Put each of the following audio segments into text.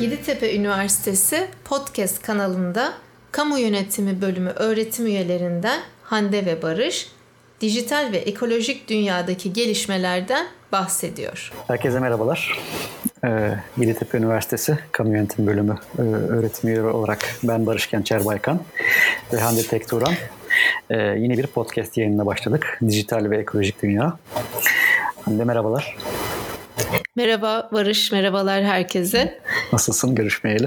Yeditepe Üniversitesi Podcast kanalında Kamu Yönetimi Bölümü öğretim üyelerinden Hande ve Barış, dijital ve ekolojik dünyadaki gelişmelerden bahsediyor. Herkese merhabalar. Yeditepe Üniversitesi Kamu Yönetimi Bölümü öğretim üyeleri olarak ben Barış Gençer Baykan ve Hande Tekturan. Yine bir podcast yayınına başladık. Dijital ve ekolojik dünya. Hande merhabalar. Merhaba Barış, merhabalar herkese. Nasılsın görüşmeyeli?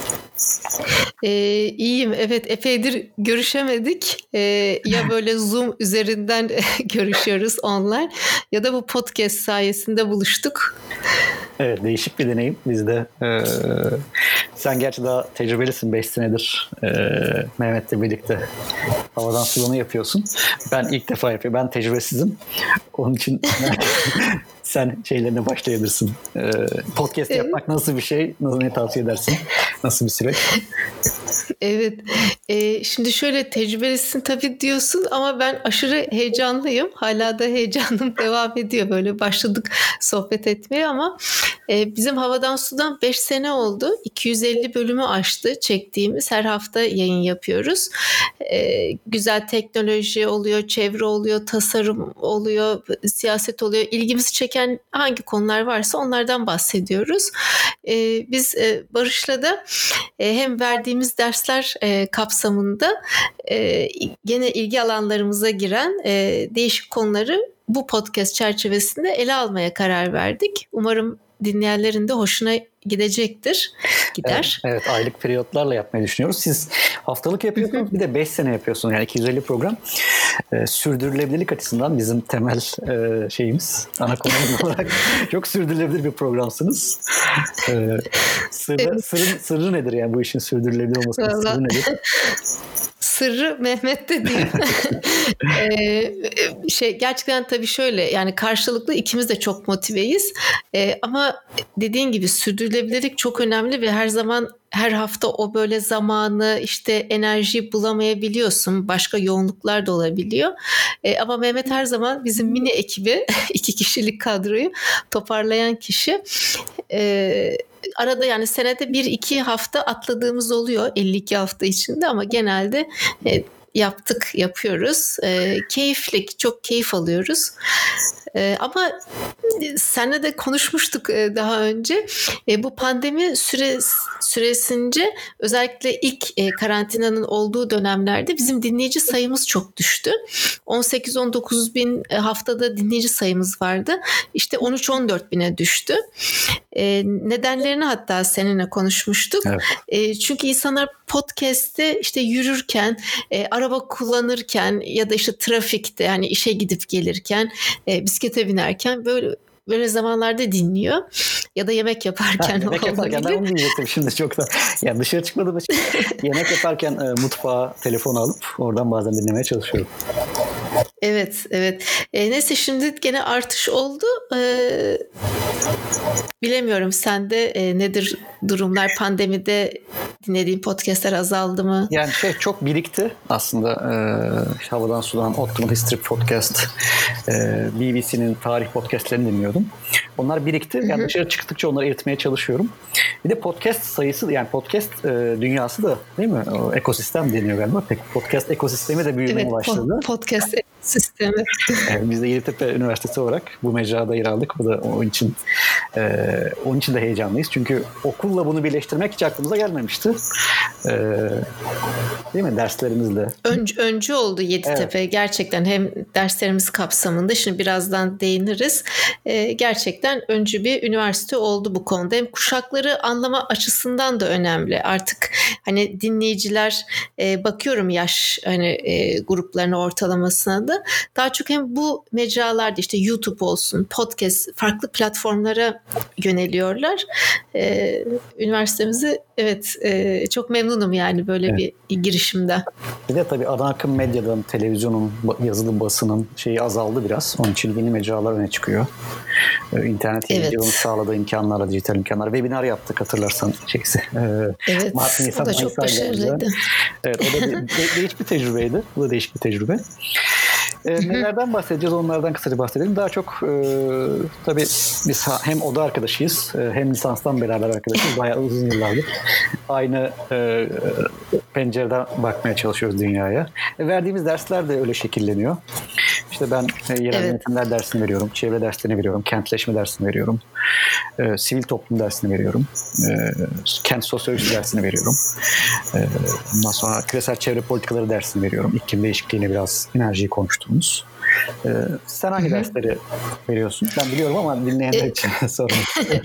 İyiyim. Evet, epeydir görüşemedik. Ya böyle Zoom üzerinden görüşüyoruz online ya da bu podcast sayesinde buluştuk. Evet, değişik bir deneyim. Biz de sen gerçi daha tecrübelisin, 5 senedir Mehmet'le birlikte havadan sulanı yapıyorsun. Ben ilk defa yapıyorum. Ben tecrübesizim. Onun için sen şeylerine başlayabilirsin. Podcast yapmak nasıl bir şey? Ne tavsiye edersin? Nasıl bir süreç? Evet. Şimdi şöyle tecrübelisin tabii diyorsun ama ben aşırı heyecanlıyım. Hala da heyecanım devam ediyor. Böyle başladık sohbet etmeye ama bizim Havadan Sudan 5 sene oldu. 250 bölümü aştı çektiğimiz. Her hafta yayın yapıyoruz. Güzel teknoloji oluyor, çevre oluyor, tasarım oluyor, siyaset oluyor. İlgimizi çeken hangi konular varsa onlardan bahsediyoruz. Biz Barış'la da hem verdiğimiz dersler kapsamında gene ilgi alanlarımıza giren değişik konuları bu podcast çerçevesinde ele almaya karar verdik. Umarım dinleyenlerin de hoşuna gidecektir. Gider. Evet, aylık periyotlarla yapmayı düşünüyoruz. Siz haftalık yapıyorsunuz, bir de 5 sene yapıyorsunuz. Yani 250 program. Sürdürülebilirlik açısından bizim temel şeyimiz, ana konumuz olarak çok sürdürülebilir bir programsınız. Sırrı nedir yani bu işin sürdürülebilir olmasının sırrı nedir? Sırrı Mehmet'te değil. Gerçekten tabii şöyle, yani karşılıklı ikimiz de çok motiveyiz. Ama dediğin gibi sürdürülebilirlik çok önemli ve her zaman her hafta o böyle zamanı işte enerjiyi bulamayabiliyorsun. Başka yoğunluklar da olabiliyor. Ama Mehmet her zaman bizim mini ekibi 2 kişilik kadroyu toparlayan kişi. Arada yani senede 1-2 hafta atladığımız oluyor 52 hafta içinde ama genelde yapıyoruz. Keyifli, çok keyif alıyoruz. Ama seninle de konuşmuştuk daha önce. Bu pandemi süresince özellikle ilk karantinanın olduğu dönemlerde bizim dinleyici sayımız çok düştü. 18-19 bin haftada dinleyici sayımız vardı. İşte 13-14 bine düştü. Nedenlerini hatta seninle konuşmuştuk. Evet. Çünkü insanlar podcast'te işte yürürken, araba kullanırken ya da işte trafikte, yani işe gidip gelirken, bisiklete binerken böyle zamanlarda dinliyor ya da yemek yaparken yemek yaparken ben onu diyecektim şimdi çok da. Yani dışarı çıkmadığım için yemek yaparken mutfağa telefonu alıp oradan bazen dinlemeye çalışıyorum. Evet. Neyse şimdi gene artış oldu. Bilemiyorum sende nedir durumlar, pandemide dinlediğin podcastler azaldı mı? Yani çok birikti aslında. Havadan Sudan, Ottoman History Podcast, BBC'nin tarih podcastlerini dinliyordum. Onlar birikti. Yani dışarı çıktıkça onları eritmeye çalışıyorum. Bir de podcast sayısı, yani podcast dünyası da değil mi? O ekosistem deniyor galiba. Podcast ekosistemi de büyümeye başladı. Podcast sistemi. Biz de Yeditepe Üniversitesi olarak bu mecrada yer aldık. Bu da onun için de heyecanlıyız. Çünkü okulla bunu birleştirmek hiç aklımıza gelmemişti. Değil mi? Derslerimizle. Öncü oldu Yeditepe. Evet. Gerçekten hem derslerimiz kapsamında, şimdi birazdan değiniriz. Gerçekten öncü bir üniversite oldu bu konuda. Hem kuşakları anlama açısından da önemli. Artık hani dinleyiciler, bakıyorum yaş gruplarına, ortalamasına da daha çok hem bu mecralarda işte YouTube olsun, podcast, farklı platformlara yöneliyorlar. Üniversitemizi çok memnunum yani böyle bir girişimden. Bir de tabii ana akım medyadan, televizyonun, yazılı basının şeyi azaldı biraz. Onun için yeni mecralar öne çıkıyor. İnternet yayıncılığının sağladığı imkanlarla, dijital imkanlar. Webinar yaptık hatırlarsan. Evet, o da çok başarılıydı. Evet, o da değişik bir tecrübeydi. Bu da değişik bir tecrübe. Nelerden bahsedeceğiz? Onlardan kısaca bahsedelim. Daha çok tabii biz hem oda arkadaşıyız hem lisanstan beraber arkadaşıyız. Bayağı uzun yıllardır. Aynı pencereden bakmaya çalışıyoruz dünyaya. Verdiğimiz dersler de öyle şekilleniyor. İşte ben yerel yönetimler dersini veriyorum, çevre dersini veriyorum, kentleşme dersini veriyorum, sivil toplum dersini veriyorum, kent sosyolojisi dersini veriyorum. Ondan sonra küresel çevre politikaları dersini veriyorum. İklim değişikliğine biraz enerjiyi konuştuğumuz. Sen hangi dersleri veriyorsun? Ben biliyorum ama dinleyenler için sorun.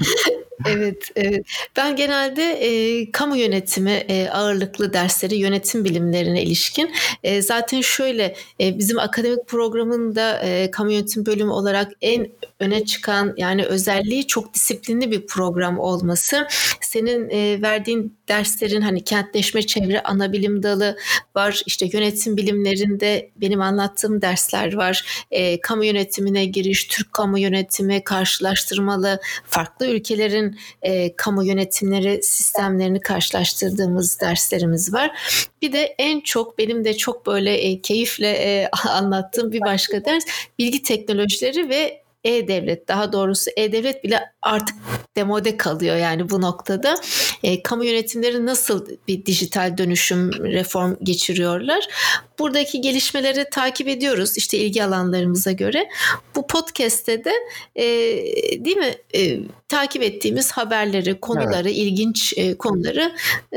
Evet. Ben genelde kamu yönetimi ağırlıklı dersleri, yönetim bilimlerine ilişkin. Zaten şöyle bizim akademik programında kamu yönetim bölümü olarak en öne çıkan yani özelliği çok disiplinli bir program olması. Senin verdiğin derslerin hani kentleşme, çevre, ana bilim dalı var. İşte yönetim bilimlerinde benim anlattığım dersler var. Kamu yönetimine giriş, Türk kamu yönetimi, karşılaştırmalı, farklı ülkelerin kamu yönetimleri sistemlerini karşılaştırdığımız derslerimiz var. Bir de en çok benim de çok böyle keyifle anlattığım bir başka ders bilgi teknolojileri ve e-devlet. Daha doğrusu e-devlet bile artık demode kalıyor yani bu noktada. Kamu yönetimleri nasıl bir dijital dönüşüm, reform geçiriyorlar? Buradaki gelişmeleri takip ediyoruz işte ilgi alanlarımıza göre. Bu podcast'te de değil mi takip ettiğimiz haberleri, konuları, ilginç konuları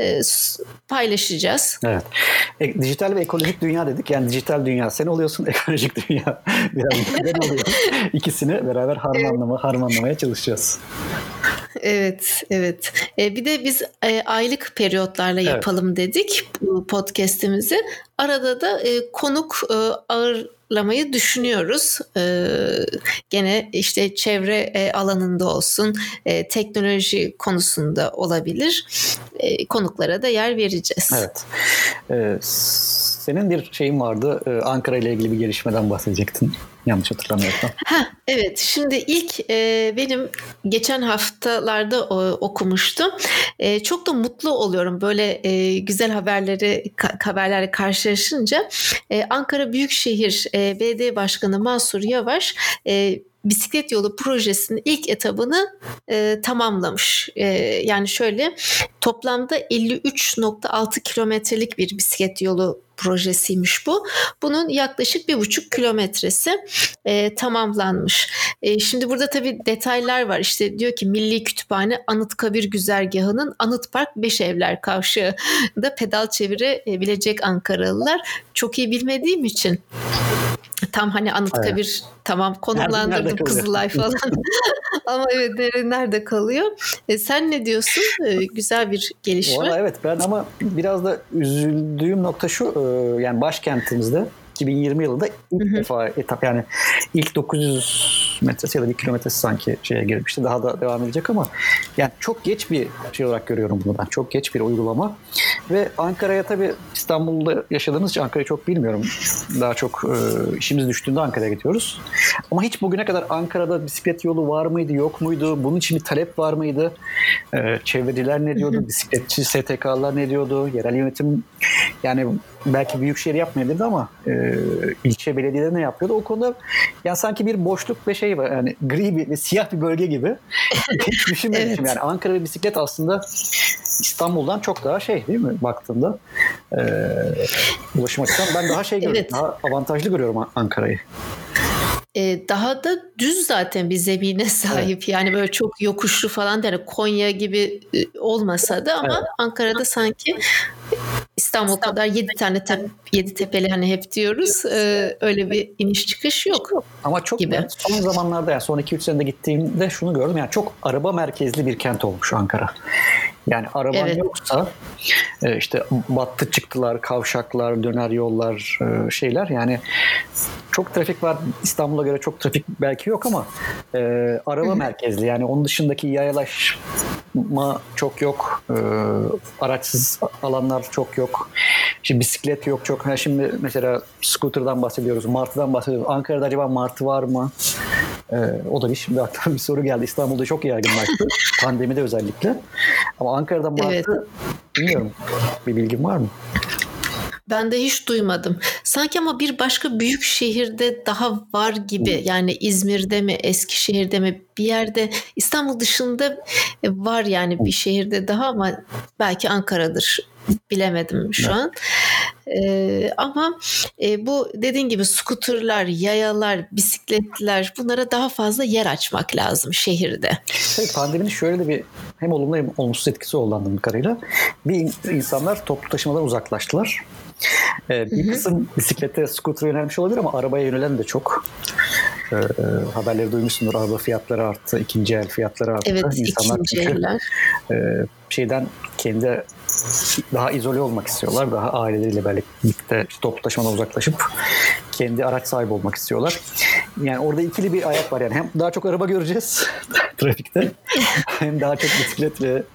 paylaşacağız. Evet. Dijital ve ekolojik dünya dedik. Yani dijital dünya sen oluyorsun, ekolojik dünya biraz ben oluyorum. İkisini beraber harmanlamaya çalışacağız. Evet. Bir de biz aylık periyotlarla yapalım dedik bu podcast'imizi. Arada da konuk ağırlamayı düşünüyoruz. Gene işte çevre alanında olsun, teknoloji konusunda olabilir. Konuklara da yer vereceğiz. Evet. Senin bir şeyin vardı. Ankara ile ilgili bir gelişmeden bahsedecektin. Yanlış hatırlamıyorsam. Evet. Şimdi ilk benim geçen haftalarda okumuştum. Çok da mutlu oluyorum böyle güzel haberlerle karşılaşınca. Ankara Büyükşehir Belediye Başkanı Mansur Yavaş bisiklet yolu projesinin ilk etabını tamamlamış. Yani şöyle toplamda 53.6 kilometrelik bir bisiklet yolu projesiymiş bu. Bunun yaklaşık 1,5 kilometresi tamamlanmış. Şimdi burada tabii detaylar var. İşte diyor ki Milli Kütüphane Anıtkabir güzergahının Anıtpark Beşevler kavşağında pedal çevirebilecek Ankaralılar. Çok iyi bilmediğim için tam hani Anıtkabir tamam konumlandırdım Kızılay falan. Ama evet nerede kalıyor? Sen ne diyorsun? Güzel bir gelişme. Valla evet ben ama biraz da üzüldüğüm nokta şu yani başkentimizde 2020 yılında ilk defa etap yani ilk 900 metresi ya da 1 kilometresi sanki şeye girmişti. Daha da devam edecek ama yani çok geç bir şey olarak görüyorum bunu ben. Çok geç bir uygulama. Ve Ankara'ya tabii İstanbul'da yaşadığımız için Ankara'yı çok bilmiyorum. Daha çok işimiz düştüğünde Ankara'ya gidiyoruz. Ama hiç bugüne kadar Ankara'da bisiklet yolu var mıydı, yok muydu? Bunun için bir talep var mıydı? Çevreciler ne diyordu? Bisikletçi STK'lar ne diyordu? Yerel yönetim yani belki büyükşehir yapmayabilirdi ama ilçe belediyeleri ne yapıyordu? O konuda yani sanki bir boşluk ve şey var. Yani gri bir, siyah bir bölge gibi. Hiç düşünmemişim. Yani Ankara ve bisiklet aslında İstanbul'dan çok daha şey değil mi baktığında? Ulaşım açısından ben daha görüyorum. Daha avantajlı görüyorum Ankara'yı. Daha da düz zaten bir zemine sahip. Evet. Yani böyle çok yokuşlu falan der. Konya gibi olmasa da ama Ankara'da sanki İstanbul kadar 7 tepeli hani hep diyoruz. Öyle bir iniş çıkış yok. Ama çok gibi. Son zamanlarda yani son 2-3 senede gittiğimde şunu gördüm. Yani çok araba merkezli bir kent olmuş Ankara. Yani araban yoksa işte battı çıktılar, kavşaklar, döner yollar, şeyler yani çok trafik var. İstanbul'a göre çok trafik belki yok ama araba merkezli. Yani onun dışındaki yayalaşma çok yok. Araçsız alanlar çok yok. Şimdi bisiklet yok çok. Şimdi mesela scooter'dan bahsediyoruz, martıdan bahsediyoruz. Ankara'da acaba martı var mı? O da şimdi aklıma bir soru geldi. İstanbul'da çok yaygınlaştı. Pandemide özellikle. Ama Ankara'da martı bilmiyorum. Bir bilgin var mı? Ben de hiç duymadım. Sanki ama bir başka büyük şehirde daha var gibi. Yani İzmir'de mi, Eskişehir'de mi bir yerde, İstanbul dışında var yani bir şehirde daha, ama belki Ankara'dır. Bilemedim şu an. Ama bu dediğin gibi skuterlar, yayalar, bisikletler, bunlara daha fazla yer açmak lazım şehirde. Tabii pandeminin şöyle de bir hem olumlu hem olumsuz etkisi oldu anladığım kadarıyla. Bir insanlar toplu taşımadan uzaklaştılar. Bir kısım bisiklete, skutere yönelmiş olabilir ama arabaya yönelen de çok. Haberleri duymuşsundur. Araba fiyatları arttı. İkinci el fiyatları arttı. Evet, İnsanlar ikinci eller. Şeyden kendi daha izole olmak istiyorlar. Daha aileleriyle birlikte toplu taşımadan uzaklaşıp kendi araç sahibi olmak istiyorlar. Yani orada ikili bir ayak var yani. Hem daha çok araba göreceğiz trafikte, hem daha çok bisiklet ve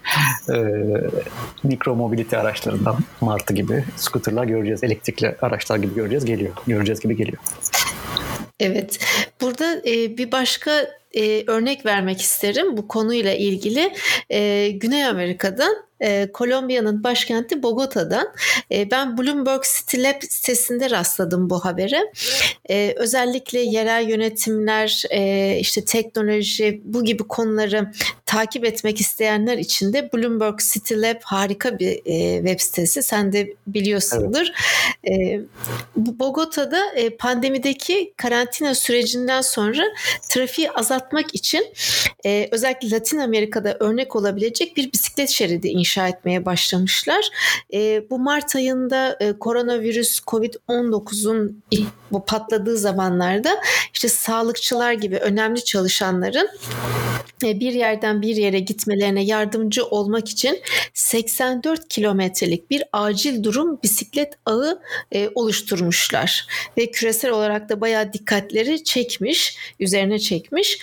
mikro mobility araçlarından martı gibi scooterlar göreceğiz. Elektrikli araçlar gibi göreceğiz gibi geliyor. Evet. Burada bir başka örnek vermek isterim bu konuyla ilgili. Güney Amerika'dan, Kolombiya'nın başkenti Bogota'dan ben Bloomberg City Lab sitesinde rastladım bu habere. Özellikle yerel yönetimler, işte teknoloji, bu gibi konuları takip etmek isteyenler için de Bloomberg City Lab harika bir web sitesi. Sen de biliyorsundur. Evet. Bogota'da pandemideki karantina sürecinden sonra trafiği azaltmak için özellikle Latin Amerika'da örnek olabilecek bir bisiklet şeridi inşa etmeye başlamışlar. Bu Mart ayında koronavirüs COVID-19'un bu patladığı zamanlarda işte sağlıkçılar gibi önemli çalışanların bir yerden bir yere gitmelerine yardımcı olmak için 84 kilometrelik bir acil durum bisiklet ağı oluşturmuşlar ve küresel olarak da bayağı dikkatleri üzerine çekmiş.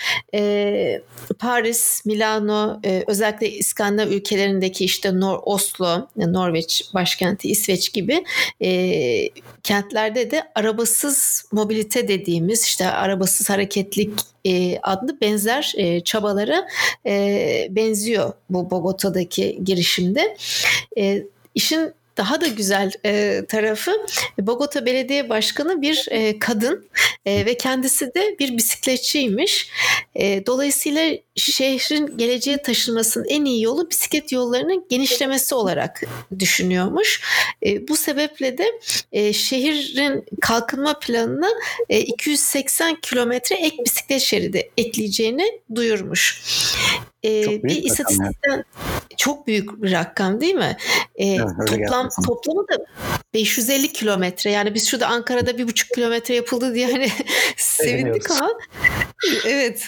Paris, Milano, özellikle İskandinav ülkelerindeki işte Oslo, Norveç başkenti, İsveç gibi kentlerde de arabasız mobilite dediğimiz, işte arabasız hareketlik adlı benzer çabalara benziyor bu Bogota'daki girişimde. İşin daha da güzel tarafı, Bogota Belediye Başkanı bir kadın ve kendisi de bir bisikletçiymiş. Dolayısıyla şehrin geleceğe taşınmasının en iyi yolu bisiklet yollarının genişlemesi olarak düşünüyormuş. Bu sebeple de şehrin kalkınma planına 280 kilometre ek bisiklet şeridi ekleyeceğini duyurmuş. Bir istatistikten çok büyük bir rakam değil mi? Toplamı da 550 kilometre. Yani biz şurada Ankara'da 1,5 kilometre yapıldı diye hani sevindik ama evet.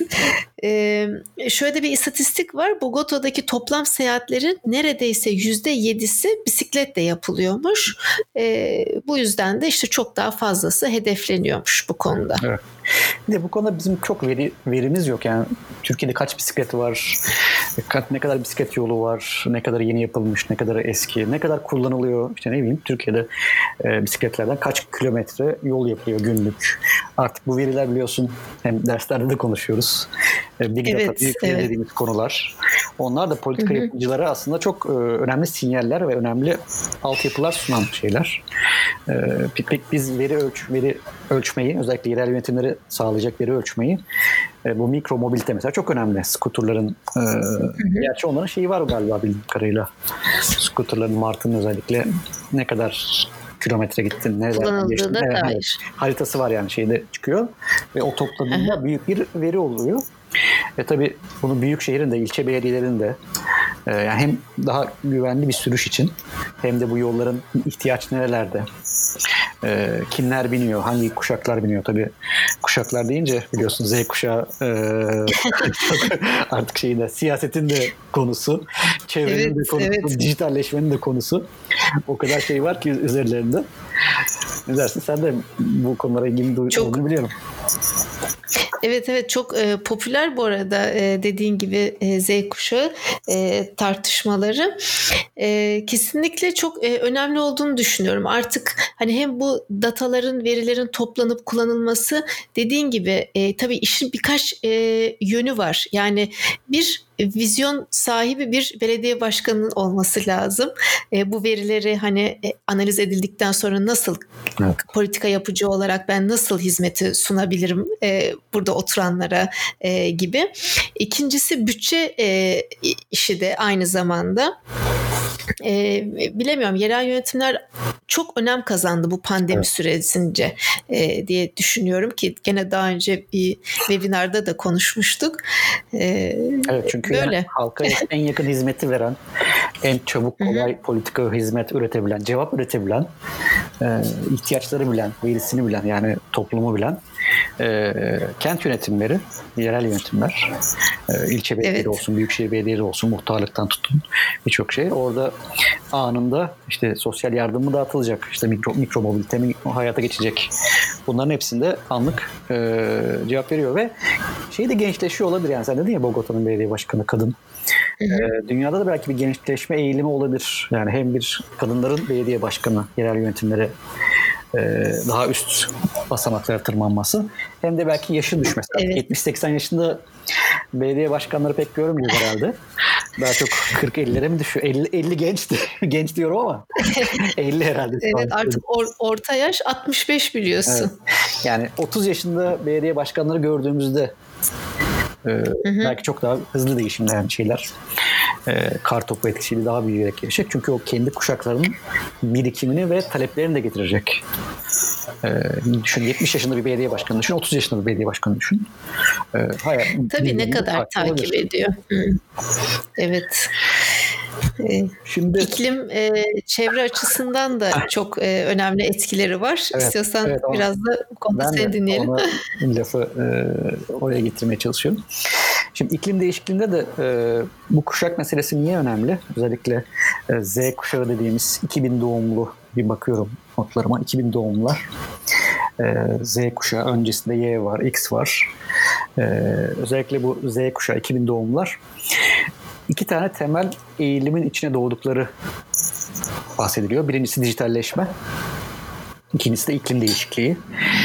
Şöyle bir istatistik var. Bogota'daki toplam seyahatlerin neredeyse %7'si bisikletle yapılıyormuş. Bu yüzden de işte çok daha fazlası hedefleniyormuş bu konuda. Evet. Bir de bu konuda bizim çok verimiz yok. Yani Türkiye'de kaç bisiklet var, ne kadar bisiklet yolu var, ne kadar yeni yapılmış, ne kadar eski, ne kadar kullanılıyor. İşte ne bileyim, Türkiye'de bisikletlerden kaç kilometre yol yapılıyor günlük. Artık bu veriler biliyorsun, hem derslerde de konuşuyoruz. Big Data, büyük veri dediğimiz konular. Onlar da politika yapıcılara aslında çok önemli sinyaller ve önemli altyapılar sunan şeyler. Biz veri ölçmeyi, özellikle yerel yönetimleri sağlayacak veri ölçmeyi, bu mikro mobilite mesela çok önemli. Skuterların, gerçi onların şeyi var galiba bildiğim kadarıyla. Skuterların, martının özellikle ne kadar kilometre gittin, nereden geçtin, haritası var yani, şeyde çıkıyor ve o topladığında büyük bir veri oluyor. Tabii bunu büyük şehrin de, ilçe belediyelerinin de yani hem daha güvenli bir sürüş için, hem de bu yolların ihtiyaç nerelerde, kimler biniyor, hangi kuşaklar biniyor. Tabii kuşaklar deyince biliyorsun Z kuşağı artık siyasetin de konusu, çevrenin de konusu, dijitalleşmenin de konusu. O kadar şey var ki üzerlerinde. Ne dersin? Sen de bu konulara ilgili olduğunu biliyorum. Evet, çok popüler bu arada dediğin gibi Z kuşağı tartışmaları. Kesinlikle çok önemli olduğunu düşünüyorum. Artık hani hem bu dataların, verilerin toplanıp kullanılması, dediğin gibi tabii işin birkaç yönü var. Yani bir vizyon sahibi bir belediye başkanının olması lazım. Bu verileri hani analiz edildikten sonra nasıl politika yapıcı olarak ben nasıl hizmeti sunabilirim burada oturanlara gibi. İkincisi bütçe işi de aynı zamanda. Bilemiyorum, yerel yönetimler çok önem kazandı bu pandemi süresince diye düşünüyorum ki gene daha önce bir webinarda da konuşmuştuk. Evet, çünkü böyle. Yani halka en yakın hizmeti veren, en çabuk kolay politika hizmet üretebilen, cevap üretebilen, ihtiyaçları bilen, verisini bilen, yani toplumu bilen kent yönetimleri, yerel yönetimler, ilçe belediyeleri olsun, büyükşehir belediyeleri olsun, muhtarlıktan tutun birçok şey. Orada anında işte sosyal yardım mı dağıtılacak, işte mikro mobilite mi hayata geçecek. Bunların hepsinde anlık cevap veriyor ve şey de gençleşiyor olabilir. Yani sen dedin ya, Bogota'nın belediye başkanı kadın. Dünyada da belki bir gençleşme eğilimi olabilir. Yani hem bir kadınların belediye başkanı, yerel yönetimlere daha üst basamaklara tırmanması, hem de belki yaşı düşmesi. Evet. 70-80 yaşında belediye başkanları pek görmüyoruz herhalde. Daha çok 40-50'lere mi düşüyor? 50 genç genç diyorum ama 50 herhalde. Evet, artık orta yaş 65 biliyorsun. Evet. Yani 30 yaşında belediye başkanları gördüğümüzde belki çok daha hızlı değişimler şeyler. Kartopu etkisiyle daha büyüyerek gelecek. Çünkü o kendi kuşaklarının birikimini ve taleplerini de getirecek. Düşün, 70 yaşında bir belediye başkanı düşün, 30 yaşında bir belediye başkanı düşün. Tabii ne kadar takip ediyor. Evet. Şimdi iklim çevre açısından da çok önemli etkileri var. Evet, İstiyorsan biraz da bu konuda seni dinleyelim. Ben de lafı oraya getirmeye çalışıyorum. Şimdi iklim değişikliğinde de bu kuşak meselesi niye önemli? Özellikle Z kuşağı dediğimiz 2000 doğumlu, bir bakıyorum notlarıma, 2000 doğumlular. Z kuşağı, öncesinde Y var, X var. Özellikle bu Z kuşağı 2000 doğumlular iki tane temel eğilimin içine doğdukları bahsediliyor. Birincisi dijitalleşme, ikincisi de iklim değişikliği.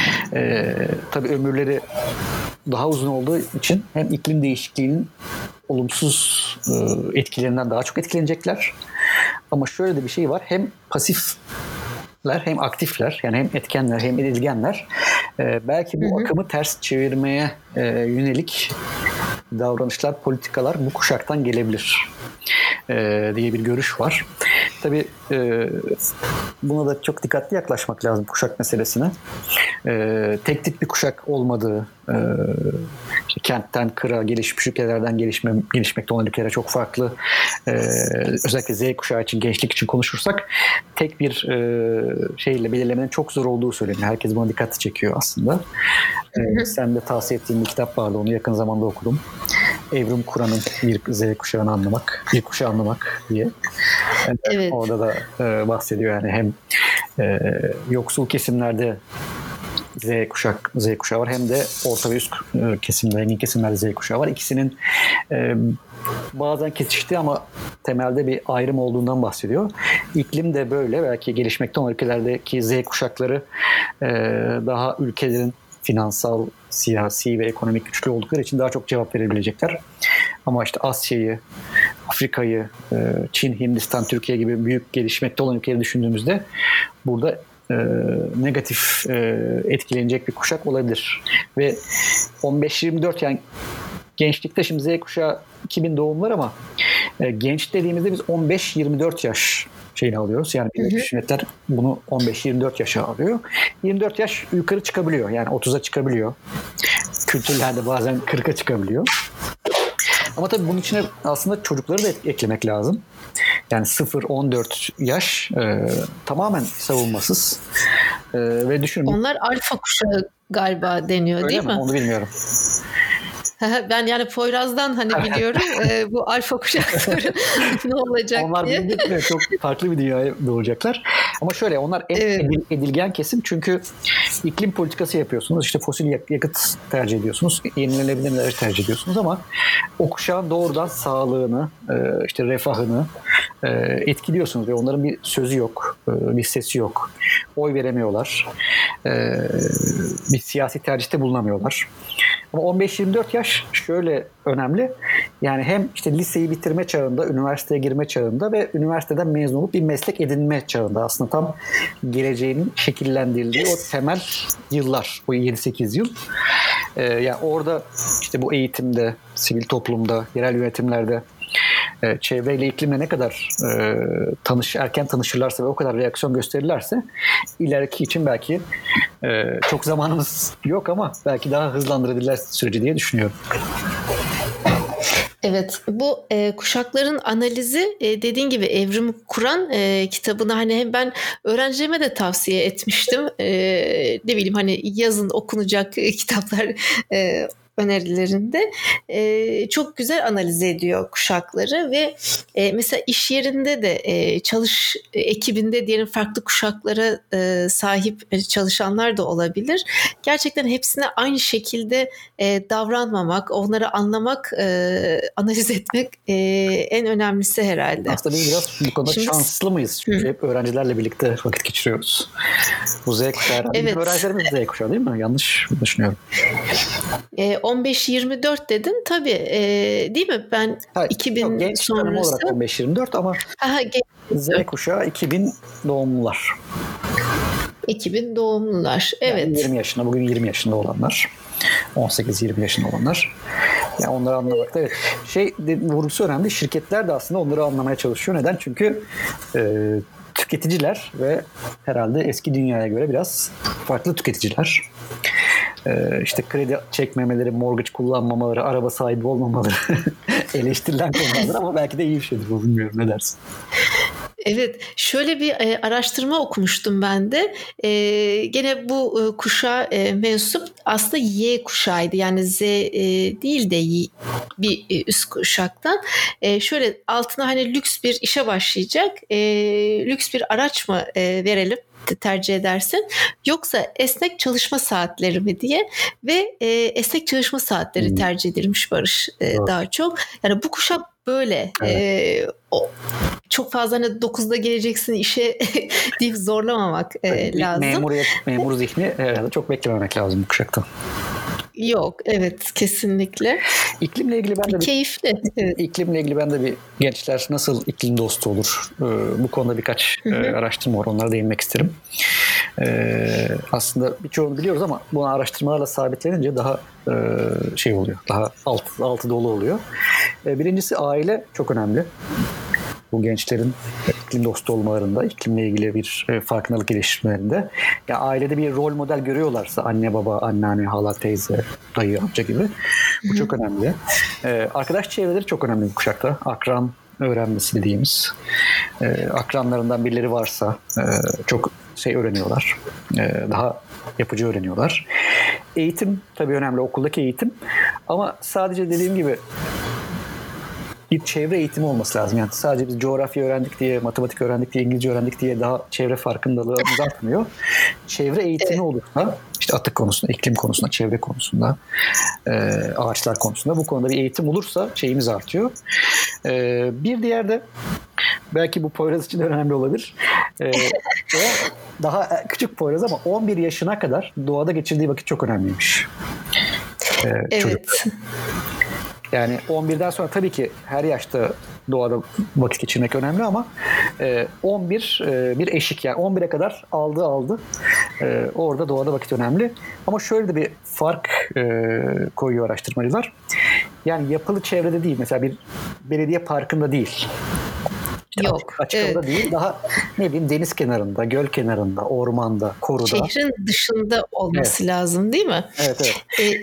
Tabii ömürleri daha uzun olduğu için hem iklim değişikliğinin olumsuz etkilerinden daha çok etkilenecekler. Ama şöyle de bir şey var, hem pasifler hem aktifler, yani hem etkenler hem edilgenler. Belki bu akımı ters çevirmeye yönelik davranışlar, politikalar bu kuşaktan gelebilir diye bir görüş var. Tabii buna da çok dikkatli yaklaşmak lazım, kuşak meselesine. Tek tip bir kuşak olmadığı, işte kentten kıra, gelişmiş ülkelerden gelişmekte olan ülkelere çok farklı. Özellikle Z kuşağı için, gençlik için konuşursak tek bir şeyle belirlemenin çok zor olduğu söyleniyor. Herkes buna dikkat çekiyor aslında. Sen de tavsiye ettiğin bir kitap vardı, onu yakın zamanda okudum. Evrim Kur'an'ın bir Z kuşağını anlamak, bir kuşağı anlamak diye. Evet. Orada da bahsediyor, yani hem yoksul kesimlerde Z kuşağı var, hem de orta ve üst kesimde, zengin kesimlerde Z kuşağı var. İkisinin bazen kesiştiği ama temelde bir ayrım olduğundan bahsediyor. İklim de böyle. Belki gelişmekte olan ülkelerdeki Z kuşakları daha ülkelerin finansal, siyasi ve ekonomik güçlü oldukları için daha çok cevap verebilecekler. Ama işte Asya'yı, Afrika'yı, Çin, Hindistan, Türkiye gibi büyük gelişmekte olan ülkeleri düşündüğümüzde burada negatif etkilenecek bir kuşak olabilir. Ve 15-24, yani gençlikte, şimdi Z kuşağı 2000 doğum var ama genç dediğimizde biz 15-24 yaş şeyini alıyoruz. Yani Birleşmiş Milletler bunu 15-24 yaşa alıyor. 24 yaş yukarı çıkabiliyor. Yani 30'a çıkabiliyor. Kültürlerde bazen 40'a çıkabiliyor. Ama tabii bunun içine aslında çocukları da eklemek lazım. Yani 0-14 yaş tamamen savunmasız. Ve düşünün. Onlar alfa kuşağı galiba deniyor. Öyle değil mi? Onu bilmiyorum. Ben yani Poyraz'dan hani biliyorum bu alfa kuşakları ne olacak onlar diye. Onlar çok farklı bir dünyaya doğacaklar. Ama şöyle, onlar edilgen kesim, çünkü iklim politikası yapıyorsunuz. İşte fosil yakıt tercih ediyorsunuz. Yenilenebilirleri tercih ediyorsunuz ama o kuşağın doğrudan sağlığını, işte refahını etkiliyorsunuz ve onların bir sözü yok, bir sesi yok. Oy veremiyorlar. Bir siyasi tercihte bulunamıyorlar. Ama 15-24 yaş şöyle önemli. Yani hem işte liseyi bitirme çağında, üniversiteye girme çağında ve üniversiteden mezun olup bir meslek edinme çağında aslında tam geleceğinin şekillendirildiği o temel yıllar, o 7-8 yıl. Yani orada işte bu eğitimde, sivil toplumda, yerel yönetimlerde çevreyle, iklimle ne kadar erken tanışırlarsa ve o kadar reaksiyon gösterirlerse ileriki için belki çok zamanımız yok ama belki daha hızlandırabilirler süreci diye düşünüyorum. Evet, bu kuşakların analizi dediğin gibi Evrim Kur'an kitabını hani hem ben öğrencilerime de tavsiye etmiştim. Ne bileyim hani yazın okunacak kitaplar önerilerinde çok güzel analiz ediyor kuşakları ve mesela iş yerinde de çalış ekibinde diyelim farklı kuşaklara sahip çalışanlar da olabilir. Gerçekten hepsine aynı şekilde davranmamak, onları anlamak, analiz etmek en önemlisi herhalde. Aslında biz biraz bu konuda şanslı mıyız? Çünkü hep öğrencilerle birlikte vakit geçiriyoruz. Bu Z kuşağı. Evet. Öğrencilerimiz Z kuşağı değil mi? Yanlış düşünüyorum. 15-24 dedin tabii değil mi? Ben hayır, 2000 genç sonrası. olarak 15-24 ama Z kuşağı 2000 doğumlular. 2000 doğumlular. Evet. Yani 20 yaşında, bugün 20 yaşında olanlar. 18-20 yaşında olanlar. Yani onları anlamakta evet. Vurgusu önemli. Şirketler de aslında onları anlamaya çalışıyor. Neden? Çünkü tüketiciler ve herhalde eski dünyaya göre biraz farklı tüketiciler. İşte kredi çekmemeleri, mortgage kullanmamaları, araba sahibi olmamaları eleştirilen konulardır ama belki de iyi bir şeydir. Bilmiyorum, ne dersin? Evet, şöyle bir araştırma okumuştum ben de. Gene bu kuşağa mensup aslında Y kuşağıydı. Yani Z değil de bir üst kuşaktan. Şöyle altına hani lüks bir işe başlayacak. Lüks bir araç mı verelim? Tercih edersin yoksa esnek çalışma saatleri mi diye ve esnek çalışma saatleri tercih edilmiş Barış daha çok. Yani bu kuşak böyle evet. Çok fazla hani 9'da geleceksin işe deyip zorlamamak lazım. Memur zihni herhalde çok beklememek lazım bu kuşaktan. Yok, evet kesinlikle. İklimle ilgili ben de keyifli. Evet. İklimle ilgili ben de gençler nasıl iklim dostu olur? Bu konuda birkaç araştırma var. Onlara değinmek isterim. Aslında birçoğunu biliyoruz ama bunu araştırmalarla sabitlenince daha oluyor. Daha altı dolu oluyor. Birincisi aile çok önemli. Bu gençlerin iklim dostu olmalarında, iklimle ilgili bir farkındalık geliştirmelerinde. Ya ailede bir rol model görüyorlarsa anne, baba, anneanne, hala, teyze, dayı, amca gibi. Bu çok önemli. Arkadaş çevreleri çok önemli bu kuşakta. Akran öğrenmesi dediğimiz. Akranlarından birileri varsa çok öğreniyorlar. Daha yapıcı öğreniyorlar. Eğitim tabii önemli. Okuldaki eğitim. Ama sadece dediğim gibi bir çevre eğitimi olması lazım. Yani sadece biz coğrafya öğrendik diye, matematik öğrendik diye, İngilizce öğrendik diye daha çevre farkındalığımız artmıyor. Çevre eğitimi olursa, işte atık konusunda, iklim konusunda, çevre konusunda, ağaçlar konusunda, bu konuda bir eğitim olursa şeyimiz artıyor. Bir diğer de belki bu Poyraz için önemli olabilir. Daha küçük Poyraz ama 11 yaşına kadar doğada geçirdiği vakit çok önemliymiş. Evet. Çocuk. Yani 11'den sonra tabii ki her yaşta doğada vakit geçirmek önemli ama 11 bir eşik, yani 11'e kadar aldı. Orada doğada vakit önemli. Ama şöyle de bir fark koyuyor araştırmacılar. Yani yapılı çevrede değil, mesela bir belediye parkında değil. Yok. Açık havada değil, daha ne bileyim deniz kenarında, göl kenarında, ormanda, koruda. Şehrin dışında olması lazım değil mi? Evet.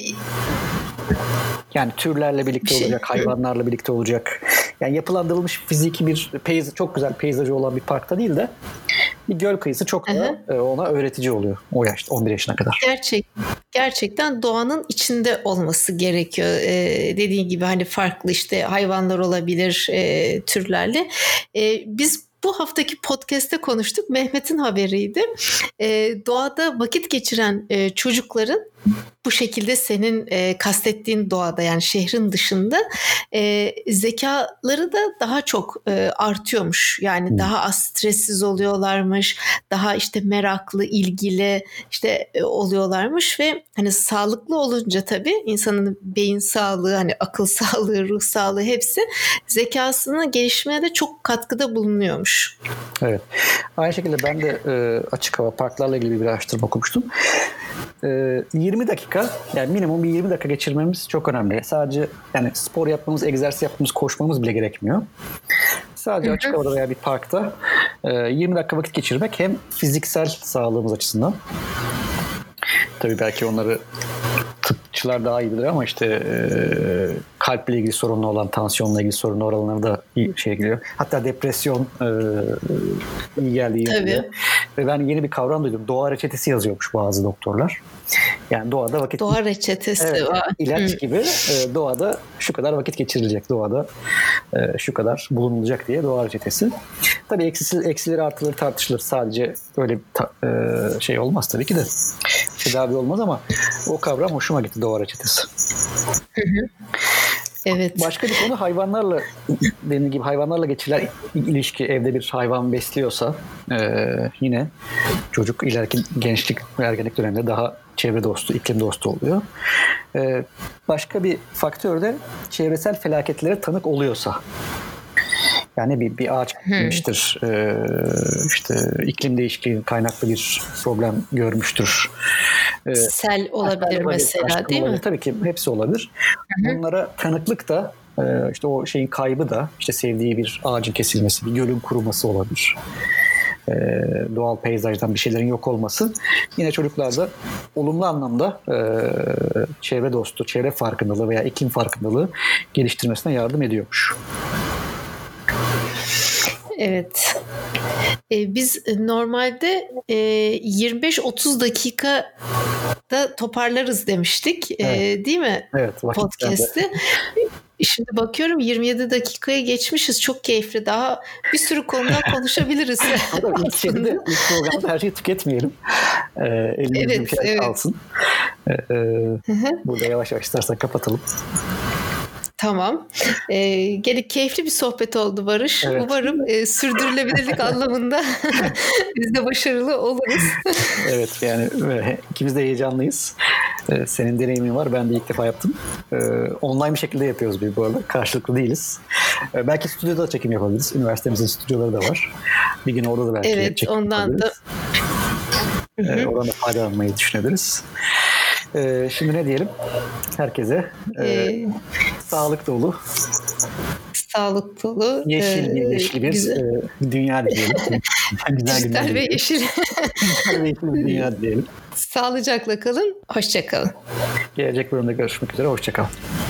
Yani türlerle birlikte olacak, hayvanlarla birlikte olacak. Yani yapılandırılmış fiziki bir çok güzel peyzajı olan bir parkta değil de bir göl kıyısı çok da ona öğretici oluyor o yaşta, 11 yaşına kadar. Gerçekten doğanın içinde olması gerekiyor. Dediğin gibi hani farklı işte hayvanlar olabilir türlerle. Biz bu haftaki podcast'te konuştuk. Mehmet'in haberiydi. Doğada vakit geçiren çocukların bu şekilde senin kastettiğin doğada, yani şehrin dışında zekaları da daha çok artıyormuş. Yani daha az stressiz oluyorlarmış, daha işte meraklı, ilgili işte oluyorlarmış ve hani sağlıklı olunca tabii insanın beyin sağlığı, hani akıl sağlığı, ruh sağlığı hepsi zekasının gelişmeye de çok katkıda bulunuyormuş. Evet. Aynı şekilde ben de açık hava parklarla ilgili bir araştırma okumuştum. 20 dakika, yani minimum bir 20 dakika geçirmemiz çok önemli. Sadece yani spor yapmamız, egzersiz yapmamız, koşmamız bile gerekmiyor. Sadece açık havada veya bir parkta 20 dakika vakit geçirmek hem fiziksel sağlığımız açısından, tabii belki onları tıpçılar daha iyi bilir ama işte kalple ilgili sorunlu olan, tansiyonla ilgili sorunlu oranları da iyi şey geliyor. Hatta depresyon iyi geldiği yönünde. Ve ben yeni bir kavram duydum. Doğa reçetesi yazıyormuş bazı doktorlar. Yani doğada vakit... Doğa reçetesi var. İlaç gibi doğada şu kadar vakit geçirilecek, doğada şu kadar bulunulacak diye doğa reçetesi. Tabii eksileri artıları tartışılır. Sadece böyle şey olmaz tabii ki de. Tedavi olmaz ama o kavram hoşuma gitti, doğa reçetesi. Evet. Başka bir konu hayvanlarla, dediğim gibi hayvanlarla geçirilen ilişki. Evde bir hayvan besliyorsa yine çocuk ileriki gençlik ve ergenlik döneminde daha çevre dostu, iklim dostu oluyor. Başka bir faktör de çevresel felaketlere tanık oluyorsa. Yani bir ağaç gitmiştir, işte iklim değişikliği kaynaklı bir problem görmüştür. Sel olabilir mesela, değil mi? Tabii ki hepsi olabilir. Bunlara tanıklık da, işte o şeyin kaybı da, işte sevdiği bir ağacın kesilmesi, bir gölün kuruması olabilir. Doğal peyzajdan bir şeylerin yok olması yine çocuklarda olumlu anlamda çevre dostu, çevre farkındalığı veya iklim farkındalığı geliştirmesine yardım ediyormuş. Evet. Biz normalde 25-30 dakikada toparlarız demiştik. Evet. Değil mi? Evet. Podcast'i. Şimdi bakıyorum 27 dakikaya geçmişiz. Çok keyifli. Daha bir sürü konudan konuşabiliriz. İlk programda her şeyi tüketmeyelim. Elimizde bir şey kalsın. Burada yavaş yavaş istersen kapatalım. Tamam. Gene keyifli bir sohbet oldu Barış. Evet. Umarım sürdürülebilirlik anlamında biz de başarılı oluruz. Evet, yani ikimiz de heyecanlıyız. Senin deneyimin var. Ben de ilk defa yaptım. Online bir şekilde yapıyoruz bu arada. Karşılıklı değiliz. Belki stüdyoda çekim yapabiliriz. Üniversitemizin stüdyoları da var. Bir gün orada da belki çekim ondan yapabiliriz. Oradan da faydalanmayı düşünebiliriz. Şimdi ne diyelim? Herkese sağlık dolu, yeşil bir dünya dileyelim. Güzel ve yeşil. Güzel ve yeşil bir dünya dileyelim. Sağlıcakla kalın, hoşça kalın. Gelecek bölümde görüşmek üzere, hoşça kalın.